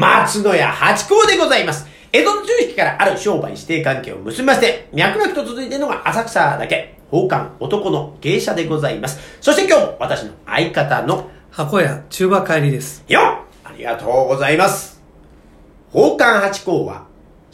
松野屋八甲でございます。江戸の中期からある商売指定関係を結びまして、脈々と続いているのが浅草だけ、宝冠男の芸者でございます。そして今日も私の相方の箱屋中馬帰りです。 よっ、ありがとうございます。宝冠八甲は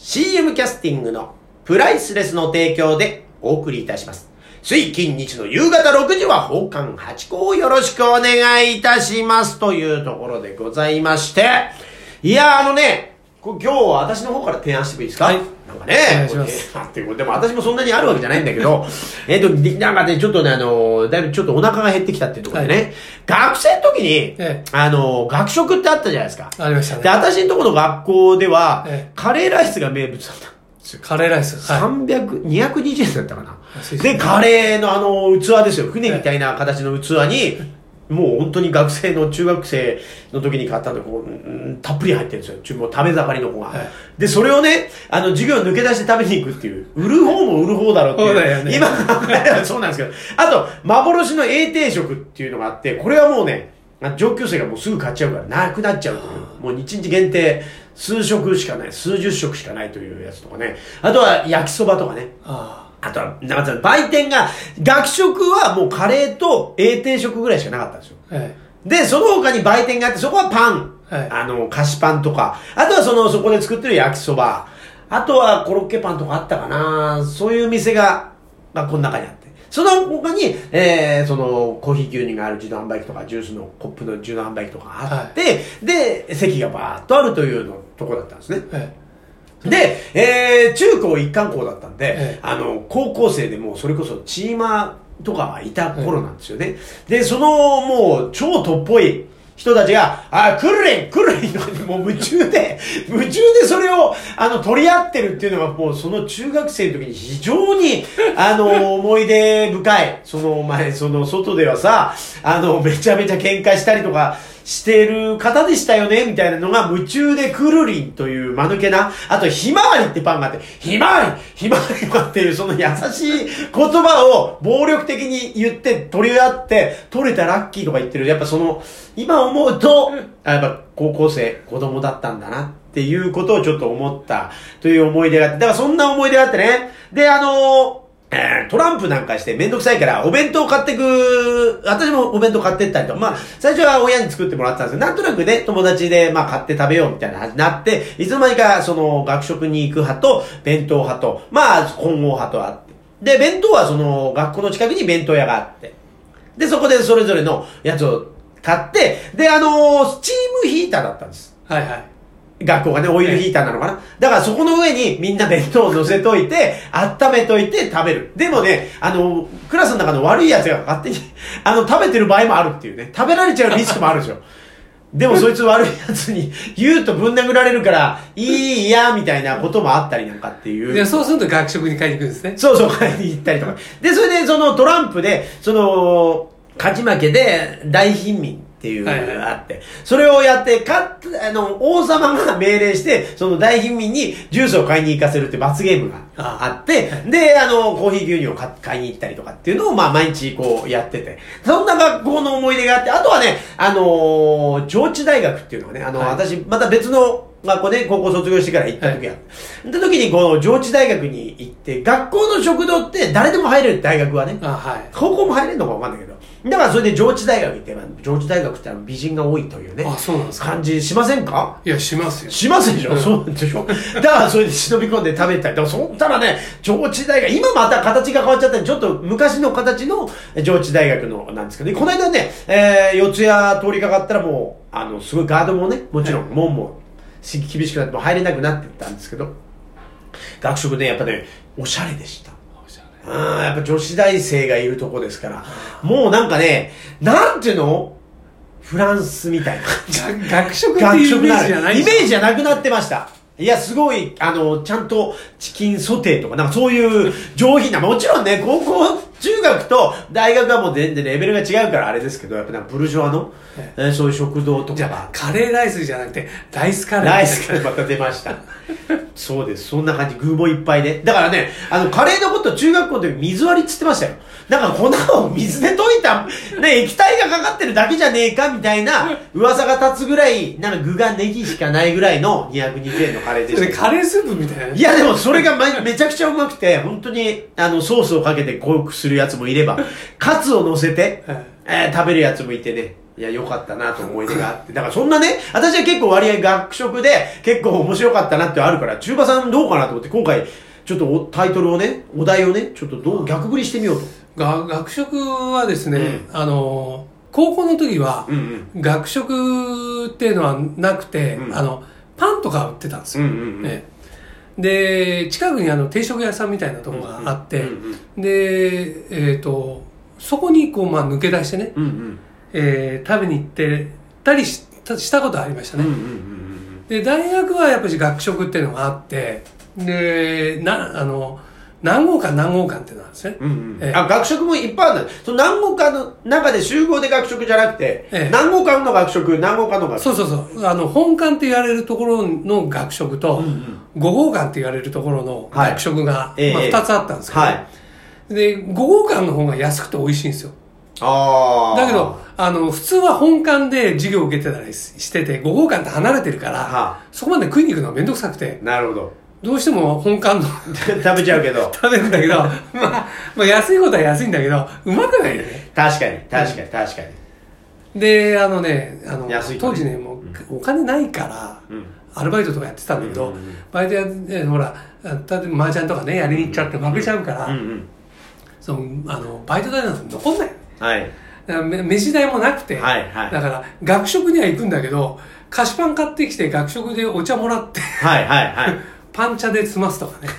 CM キャスティングのプライスレスの提供でお送りいたします。水金日の夕方6時は宝冠八甲をよろしくお願いいたしますというところでございまして、いや今日は私の方から提案してもいいですか？ はい。 なんかね、でも私もそんなにあるわけじゃないんだけど、なんかね、ちょっとね、だいぶちょっとお腹が減ってきたっていうところでね、はい、学生の時に、学食ってあったじゃないですか。 ありましたね。 で、私のところの学校では、カレーライスが名物だった。 カレーライス。 はい、220円だったかな。で、カレーの器ですよ。船みたいな形の器に、もう本当に学生の中学生の時に買ったのこう、たっぷり入ってるんですよ。もう食べ盛りの子が。で、それをね、授業抜け出して食べに行くっていう。売る方も売る方だろうっていう。 そうだよね。 今そうなんですけど。あと、幻の A 定食っていうのがあって、これはもうね、上級生がもうすぐ買っちゃうからなくなっちゃうという。もう1日限定数食しかない、数十食しかないというやつとかね。あとは焼きそばとかね。あとは、売店が、学食はもうカレーと A 定食ぐらいしかなかったんですよ。で、その他に売店があって、そこはパン、菓子パンとか、あとはそこで作ってる焼きそば、あとはコロッケパンとかあったかな、そういう店が、この中にあって。その他に、コーヒー牛乳がある自動販売機とか、ジュースのコップの自動販売機とかあって、で、席がバーッとあるというのとこだったんですね。で、中高一貫校だったんで、高校生でもうそれこそチーマーとかはいた頃なんですよね。で、もう超トップっぽい人たちが、クルリンとかにもう夢中でそれを、取り合ってるっていうのがもうその中学生の時に非常に、思い出深い。外ではさ、めちゃめちゃ喧嘩したりとか、してる方でしたよねみたいなのが夢中でクルリンという間抜けな、あとひまわりってパンがあって、ひまわりっていうその優しい言葉を暴力的に言って取り合って取れたラッキーとか言ってる。やっぱ今思うと、やっぱ高校生、子供だったんだなっていうことをちょっと思ったという思い出があって、だからそんな思い出があってね。で、トランプなんかしてめんどくさいからお弁当買ってく、私もお弁当買ってったりとか、最初は親に作ってもらってたんですけど、なんとなくね、友達で買って食べようみたいな話になって、いつの間にか学食に行く派と、弁当派と、混合派とあって。で、弁当は学校の近くに弁当屋があって。で、そこでそれぞれのやつを買って、で、スチームヒーターだったんです。学校がね、オイルヒーターなのかな。だからそこの上にみんな弁当を乗せといて、温めといて食べる。でもね、クラスの中の悪い奴が勝手に、食べてる場合もあるっていうね。食べられちゃうリスクもあるんですよ。でもそいつ悪い奴に言うとぶん殴られるから、いや、みたいなこともあったりなんかっていう。 で、そうすると学食に買いに行くんですね。 そう、買いに行ったりとか。で、それでトランプで、勝ち負けで大貧民。っていうのがあって、それをやって、王様が命令して、その大貧民にジュースを買いに行かせるって罰ゲームがあって、で、コーヒー牛乳を買いに行ったりとかっていうのを、毎日やってて、そんな学校の思い出があって、あとはね、上智大学っていうのがね、私、また別の学校で高校卒業してから行った時があって、行った時に上智大学に行って、学校の食堂って誰でも入れる大学はね、高校も入れるのかわかんないけど、だからそれで上智大学行って、上智大学って美人が多いというね、感じしませんか？ いや、しますよ。 しますでしょ？そうなんでしょ？だからそれで忍び込んで食べたり、でもそったらね、上智大学、今また形が変わっちゃったんで、ちょっと昔の形の上智大学のなんですけど、この間ね、四谷通りかかったらもう、すごいガードもね、もちろん門も厳しくなっても入れなくなってったんですけど、学食ね、やっぱね、おしゃれでした。やっぱ女子大生がいるとこですから、もうなんかね、なんていうの？フランスみたいな。 学食っていうイメージじゃない？ イメージじゃなくなってました。いや、すごい、ちゃんとチキンソテーとか、なんかそういう上品な、もちろんね、中学学と大学はもう全然レベルが違うからあれですけど、やっぱなんかブルジョワの、そういう食堂とか。 じゃあ、カレーライスじゃなくて、ライスカレー。 ライスカレーまた出ました。そうです。そんな感じ。具もいっぱいで。だからね、カレーのこと中学校の時水割りっつってましたよ。なんか粉を水で溶いた、ね、液体がかかってるだけじゃねえかみたいな噂が立つぐらい、なんか具がネギしかないぐらいの220円のカレーでした。 カレースープみたいな。 いやでもそれがめちゃくちゃうまくて、本当にソースをかけて濃くするやつもいれば、カツを乗せて、食べるやつもいてね。いや、良かったなと思い出があって。だからそんなね、私は結構割合学食で結構面白かったなってあるから、中馬さんどうかなと思って今回、ちょっとタイトルをね、お題をね、ちょっと逆振りしてみようと。 学食はですね、高校の時は、学食っていうのはなくて、パンとか売ってたんですよ。で、近くに定食屋さんみたいなところがあって、で、そこにこう、抜け出してね、食べに行ってたりしたことありましたね。で、大学はやっぱり学食っていうのがあって、で、何号館っていうのがあるんですね。 学食もいっぱいあるんだ。その何号館の中で集合で学食じゃなくて、何号館の学食、何号館の学食。 そう。本館って言われるところの学食と、5号館って言われるところの学食が、2つあったんですけど、で、5号館の方が安くて美味しいんですよ。だけど、普通は本館で授業を受けてたりしてて、5号館って離れてるから、そこまで食いに行くのはめんどくさくて。 なるほど。 どうしても本館の食べちゃうけど。 食べるんだけど、まあ安いことは安いんだけど、うまくないよね。 確かに。 で、当時ね、もうお金ないから、アルバイトとかやってたんだけど、バイトやって、ほら、例えば麻雀とかね、やりに行っちゃって負けちゃうから、バイト代なんて残んないよね。だから飯代もなくて、だから学食には行くんだけど、菓子パン買ってきて学食でお茶もらって、パン茶で済ますとかね。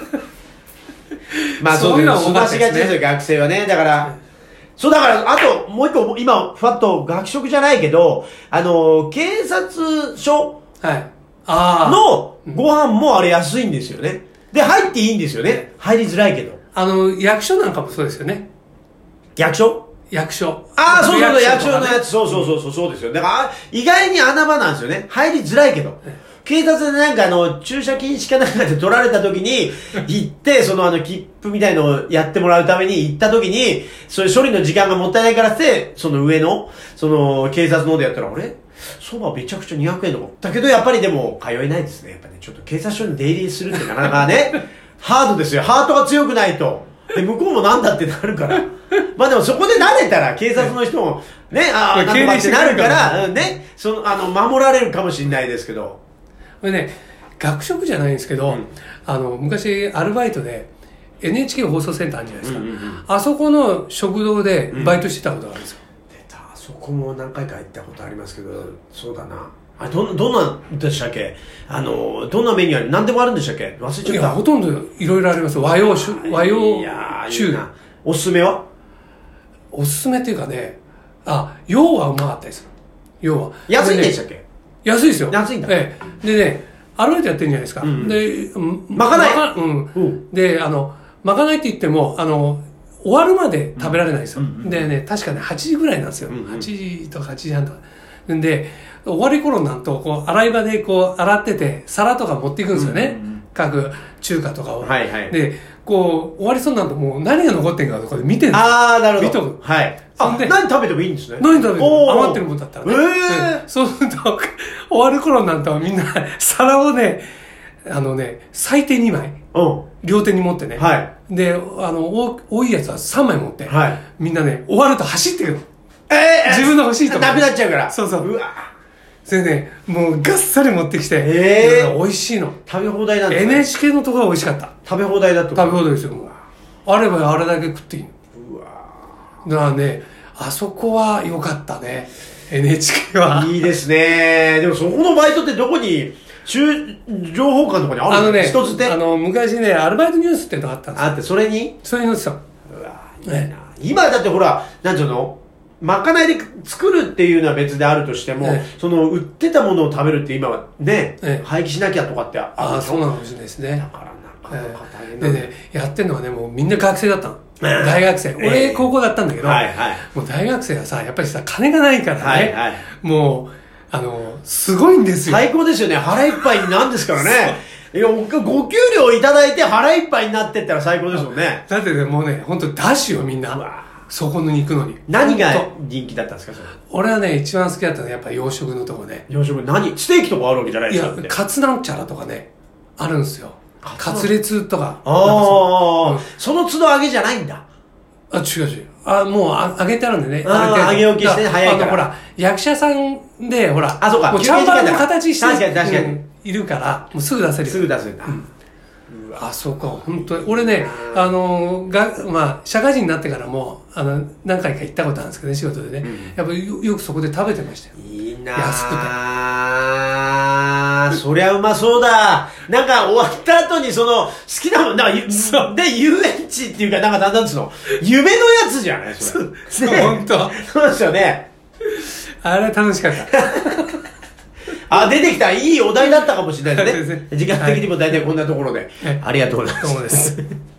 まあそういうのは済ましがちですよ、学生はね。だから、あと、もう一個、今、ふわっと学食じゃないけど、警察署のご飯もあれ安いんですよね。で、入っていいんですよね。入りづらいけど。 役所なんかもそうですよね。 役所。 役所のやつ、そうですよ。だから、意外に穴場なんですよね。入りづらいけど。警察でなんか駐車禁止かなんかで取られた時に、行って、切符みたいのをやってもらうために行った時に、そういう処理の時間がもったいないからって、その上の、警察の方でやったら、あれそばめちゃくちゃ200円とか。だけどやっぱりでも通えないですね。やっぱね、ちょっと警察署に出入りするってなかなかね、ハードですよ。ハートが強くないと。で、向こうもなんだってなるから。まあでもそこで慣れたら、警察の人も、ね、なんとかってなるから、ね、守られるかもしれないですけど。 これね、学食じゃないんですけど、昔アルバイトで NHK 放送センターあるじゃないですか。あそこの食堂でバイトしてたことがあるんですよ。 あそこも何回か行ったことありますけど、そうだな。あれ、どんなんでしたっけ？どんなメニューある？何でもあるんでしたっけ？忘れちゃった。 いや、ほとんどいろいろあります。和洋中。 おすすめは？ おすすめっていうかね、洋はうまかったです。洋は。 安いんでしたっけ？ 安いですよ。 安いんだ。 でね、アルバイトやってるんじゃないですか。で、 まかない。 で、まかないって言っても、終わるまで食べられないですよ。でね、確かね、8時ぐらいなんですよ。8時とか8時半とか。で、終わり頃になると、洗い場で洗ってて、皿とか持っていくんですよね。各中華とかを。で、終わりそうになるともう何が残ってんかとかで見てるんですよ。 なるほど。 見とく。 何食べてもいいんですね。 何食べても余ってるもんだったらね。そうすると、終わる頃になるとみんな、皿をね、最低2枚。両手に持ってね。で、多いやつは3枚持って。みんなね、終わると走ってくる。自分の欲しいとこ。 なくなっちゃうから。 そう。うわ。それね、もうがっさり持ってきて、美味しいの。 食べ放題なんですね。NHK のところは美味しかった。 食べ放題だと。 食べ放題ですよ。あればあれだけ食っていいの。だからね、あそこは良かったね。NHK は。 いいですね。でもそこのバイトってどこに、情報館とかにあるんですか？人づて。 昔ね、アルバイトニュースってのがあったんですよ。 あって、それに載ってた。 うわいいな。今だってほら、なんていうの？まかないで作るっていうのは別であるとしても、売ってたものを食べるって今はね、廃棄しなきゃとかってあるでしょ？ そうなのかもしれないですね。 だからなかなか大変だね。 でね、やってんのはね、もうみんな学生だったの。 大学生。俺、高校だったんだけど、 はいはい。 もう大学生はさ、やっぱりさ、金がないからね。 はいはい。 もう、すごいんですよ。 最高ですよね。腹いっぱいになんですからね。いや、ご給料いただいて腹いっぱいになってったら最高ですよね。 だってね、もうね、ほんとダッシュよ、みんな。そこに行くのに。 何が人気だったんですか、それ。 俺はね、一番好きだったのはやっぱ洋食のとこね。 洋食ステーキとかあるわけじゃないですか。 いや、カツなんちゃらとかね、あるんですよ。カツレツとか。 ああ、その都度揚げじゃないんだ。 あ、違う違う。もう揚げてあるんでね。 揚げ置きしてね、早いから。 ほら、役者さんで、ほら、 あ、そうか。 もう茶碗の形して、 確かに。 いるから、もうすぐ出せる。 すぐ出せるんだ。 あ、そうか、本当に。俺ね、まあ、社会人になってからも、何回か行ったことあるんですけどね、仕事でね。やっぱよくそこで食べてましたよ。 いいなぁ。 安くて。そりゃうまそうだ。なんか終わった後に好きなもん、で、遊園地っていうか、なんつうの、夢のやつじゃないそれ。 そう、本当。 そうですよね。 あれ楽しかった。 出てきた。いいお題だったかもしれないですね。時間的にも大体こんなところで。ありがとうございます。 どうもです。